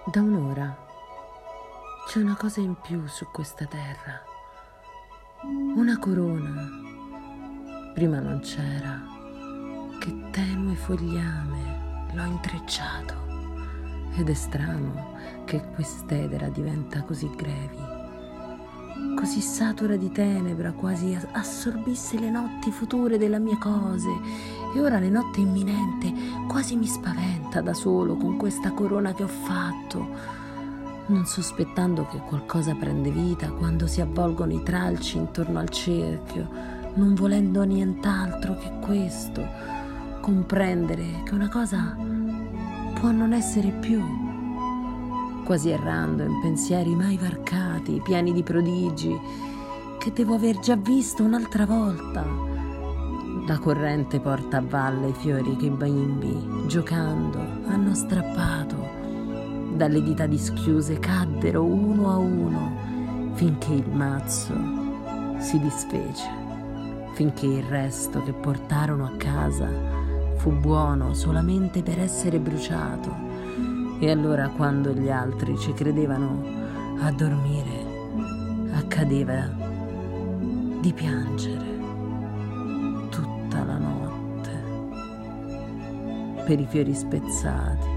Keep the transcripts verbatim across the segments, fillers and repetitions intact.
Da un'ora c'è una cosa in più su questa terra, una corona. Prima non c'era, che tenue fogliame l'ho intrecciato, ed è strano che quest'edera diventa così grevi, così satura di tenebra, quasi assorbisse le notti future delle mie cose, e ora le notte imminente quasi mi spaventa da solo con questa corona che ho fatto, non sospettando che qualcosa prende vita quando si avvolgono i tralci intorno al cerchio, non volendo nient'altro che questo, comprendere che una cosa può non essere più, quasi errando in pensieri mai varcati, pieni di prodigi, che devo aver già visto un'altra volta. La corrente porta a valle i fiori che i bimbi, giocando, hanno strappato. Dalle dita dischiuse caddero uno a uno, finché il mazzo si disfece, finché il resto che portarono a casa fu buono solamente per essere bruciato. E allora, quando gli altri ci credevano a dormire, accadeva di piangere tutta la notte per i fiori spezzati.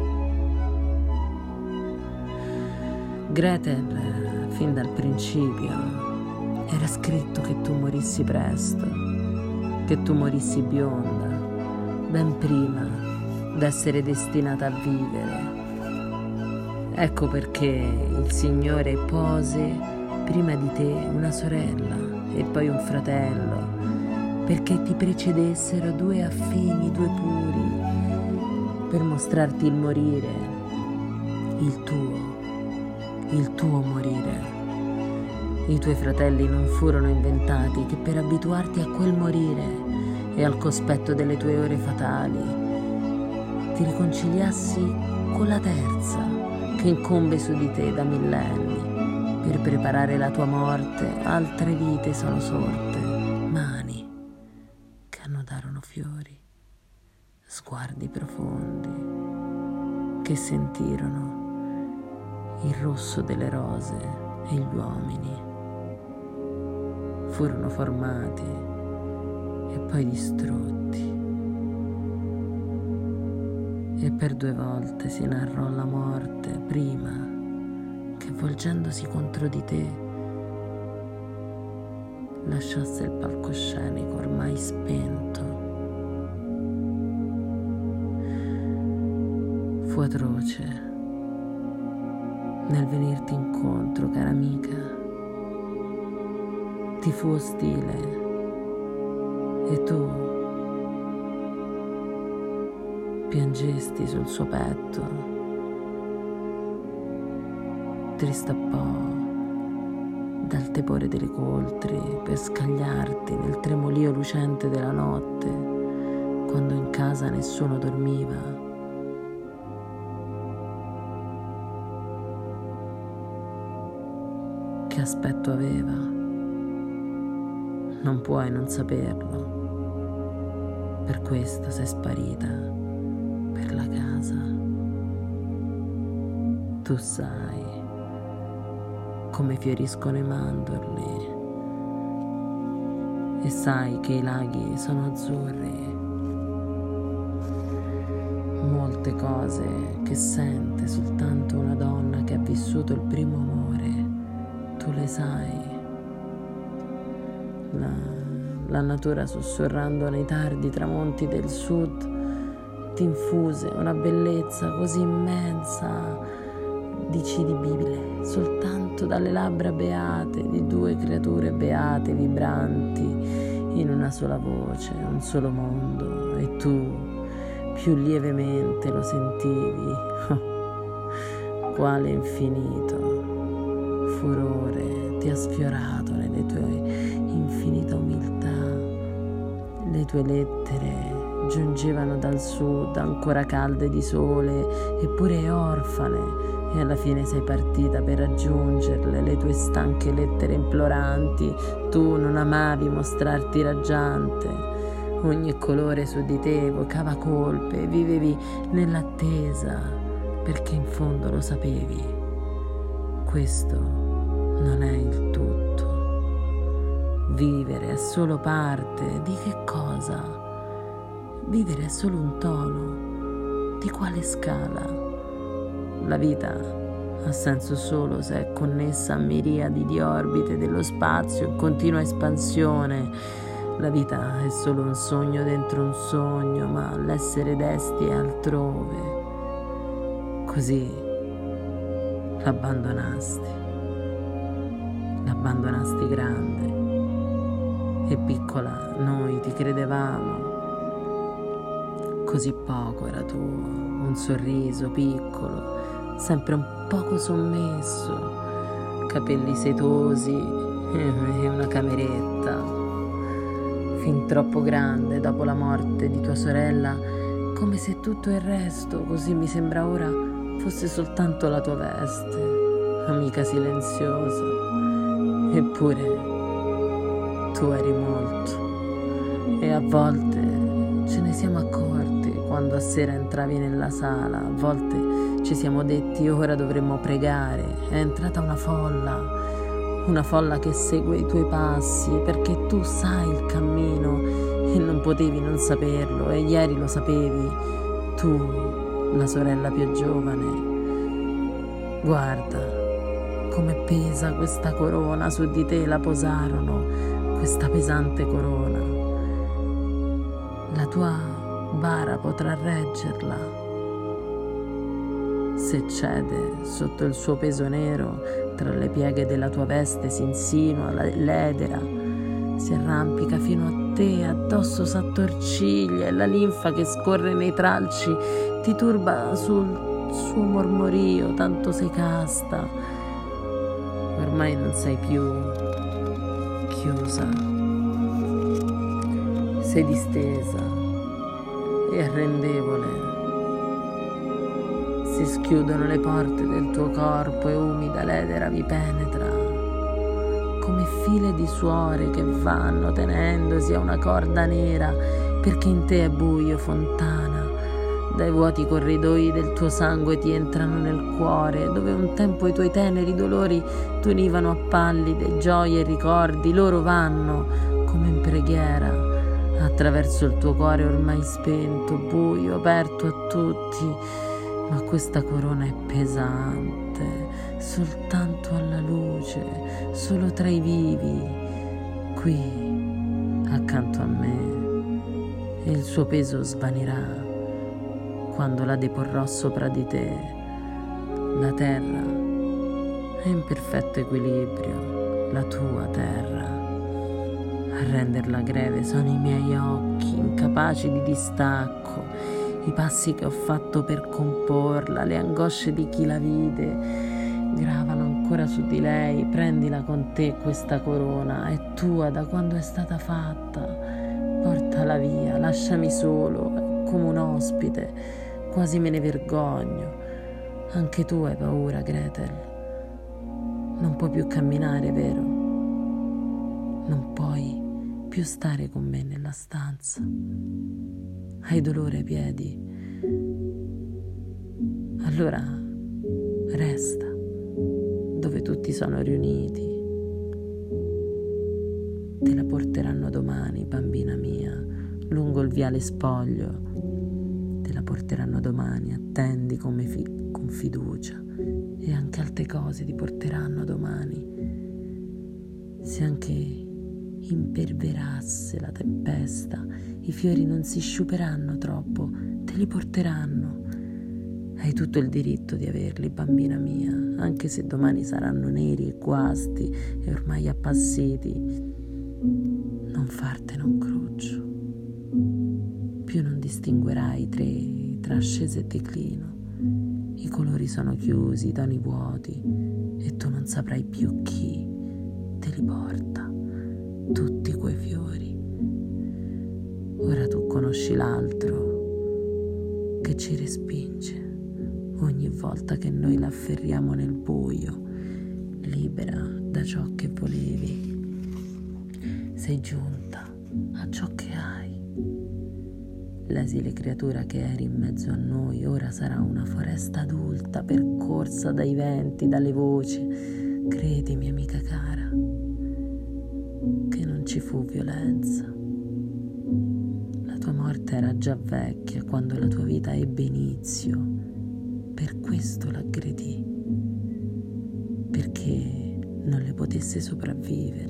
Gretel, fin dal principio, era scritto che tu morissi presto, che tu morissi bionda, ben prima d'essere destinata a vivere. Ecco perché il Signore pose prima di te una sorella e poi un fratello, perché ti precedessero due affini, due puri, per mostrarti il morire, il tuo, il tuo morire. I tuoi fratelli non furono inventati che per abituarti a quel morire e al cospetto delle tue ore fatali ti riconciliassi con la terza che incombe su di te da millenni. Per preparare la tua morte altre vite sono sorte, mani che annodarono fiori, sguardi profondi che sentirono il rosso delle rose, e gli uomini furono formati e poi distrutti. E per due volte si narrò la morte prima che, volgendosi contro di te, lasciasse il palcoscenico ormai spento. Fu atroce nel venirti incontro, cara amica. Ti fu ostile e tu piangesti sul suo petto, ti ristappò dal tepore delle coltri per scagliarti nel tremolio lucente della notte, quando in casa nessuno dormiva. Che aspetto aveva? Non puoi non saperlo. Per questo sei sparita per la casa. Tu sai come fioriscono i mandorli e sai che i laghi sono azzurri. Molte cose che sente soltanto una donna che ha vissuto il primo amore, tu le sai. La, la natura, sussurrando nei tardi tramonti del sud, ti infuse una bellezza così immensa, dicibile soltanto dalle labbra beate di due creature beate, vibranti in una sola voce, un solo mondo, e tu più lievemente lo sentivi. Quale infinito furore ti ha sfiorato nelle tue infinita umiltà. Le tue lettere giungevano dal sud, ancora calde di sole, eppure orfane, e alla fine sei partita per raggiungerle, le tue stanche lettere imploranti. Tu non amavi mostrarti raggiante, ogni colore su di te evocava colpe, vivevi nell'attesa perché in fondo lo sapevi, questo non è il tutto. Vivere è solo parte di che cosa? Vivere è solo un tono. Di quale scala? La vita ha senso solo se è connessa a miriadi di orbite dello spazio in continua espansione. La vita è solo un sogno dentro un sogno, ma l'essere desti è altrove. Così l'abbandonasti. L'abbandonasti grande. E piccola noi ti credevamo. Così poco era tuo, un sorriso piccolo, sempre un poco sommesso, capelli setosi e una cameretta. Fin troppo grande dopo la morte di tua sorella, come se tutto il resto, così mi sembra ora, fosse soltanto la tua veste, amica silenziosa. Eppure tu eri molto, e a volte ce ne siamo accorti quando a sera entravi nella sala. A volte ci siamo detti ora dovremmo pregare. È entrata una folla. Una folla che segue i tuoi passi, perché tu sai il cammino e non potevi non saperlo, e ieri lo sapevi, tu, la sorella più giovane. Guarda come pesa questa corona, su di te la posarono, questa pesante corona. La tua bara potrà reggerla. Se cede sotto il suo peso nero, tra le pieghe della tua veste si insinua l'edera, si arrampica fino a te, addosso s'attorciglia e la linfa che scorre nei tralci ti turba sul suo mormorio, tanto sei casta. Ormai non sei più chiusa, sei distesa e arrendevole. Si schiudono le porte del tuo corpo e umida l'edera vi penetra, come file di suore che vanno tenendosi a una corda nera, perché in te è buio, fontana. Dai vuoti corridoi del tuo sangue ti entrano nel cuore, dove un tempo i tuoi teneri dolori t'univano a pallide gioie e ricordi. Loro vanno, come in preghiera, attraverso il tuo cuore ormai spento, buio, aperto a tutti. Ma questa corona è pesante, soltanto alla luce, solo tra i vivi, qui, accanto a me, e il suo peso svanirà quando la deporrò sopra di te. La terra è in perfetto equilibrio, la tua terra. A renderla greve sono i miei occhi, incapaci di distacco, i passi che ho fatto per comporla, le angosce di chi la vide, gravano ancora su di lei. Prendila con te questa corona, è tua da quando è stata fatta. Portala via, lasciami solo, come un ospite, quasi me ne vergogno. Anche tu hai paura, Gretel. Non puoi più camminare, vero? Non puoi più stare con me nella stanza. Hai dolore ai piedi? Allora resta dove tutti sono riuniti. Te la porteranno domani, bambina mia, lungo il viale spoglio. Te la porteranno domani, attendi come fi- con fiducia. E anche altre cose ti porteranno domani. Se anche imperverasse la tempesta, i fiori non si sciuperanno troppo, te li porteranno. Hai tutto il diritto di averli, bambina mia, anche se domani saranno neri e guasti e ormai appassiti. Non fartene un cruccio. Più non distinguerai tre, tra ascesa e declino. I colori sono chiusi, i toni vuoti, e tu non saprai più chi te li porta. Tutti quei fiori. Ora tu conosci l'altro che ci respinge ogni volta che noi l'afferriamo nel buio, libera da ciò che volevi. Sei giunta a ciò che hai. L'esile creatura che eri in mezzo a noi ora sarà una foresta adulta percorsa dai venti, dalle voci. Credimi, amica cara, che non ci fu violenza. La tua morte era già vecchia quando la tua vita ebbe inizio. Per questo l'aggredì, perché non le potesse sopravvivere.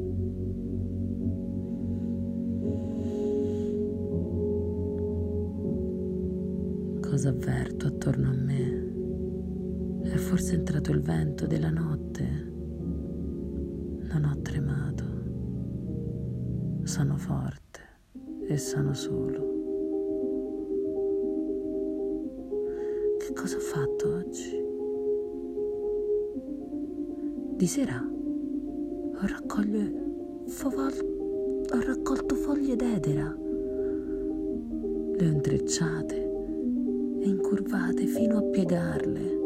Cosa avverto attorno a me? È forse entrato il vento della notte? Non ho tremato. Sono forte e sono solo. Che cosa ho fatto oggi? Di sera ho, raccoglie, favol, ho raccolto foglie d'edera. Le ho intrecciate e incurvate fino a piegarle.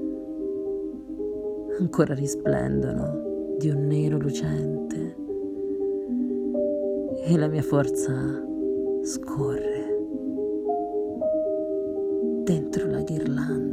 Ancora risplendono di un nero lucente e la mia forza scorre dentro la ghirlanda.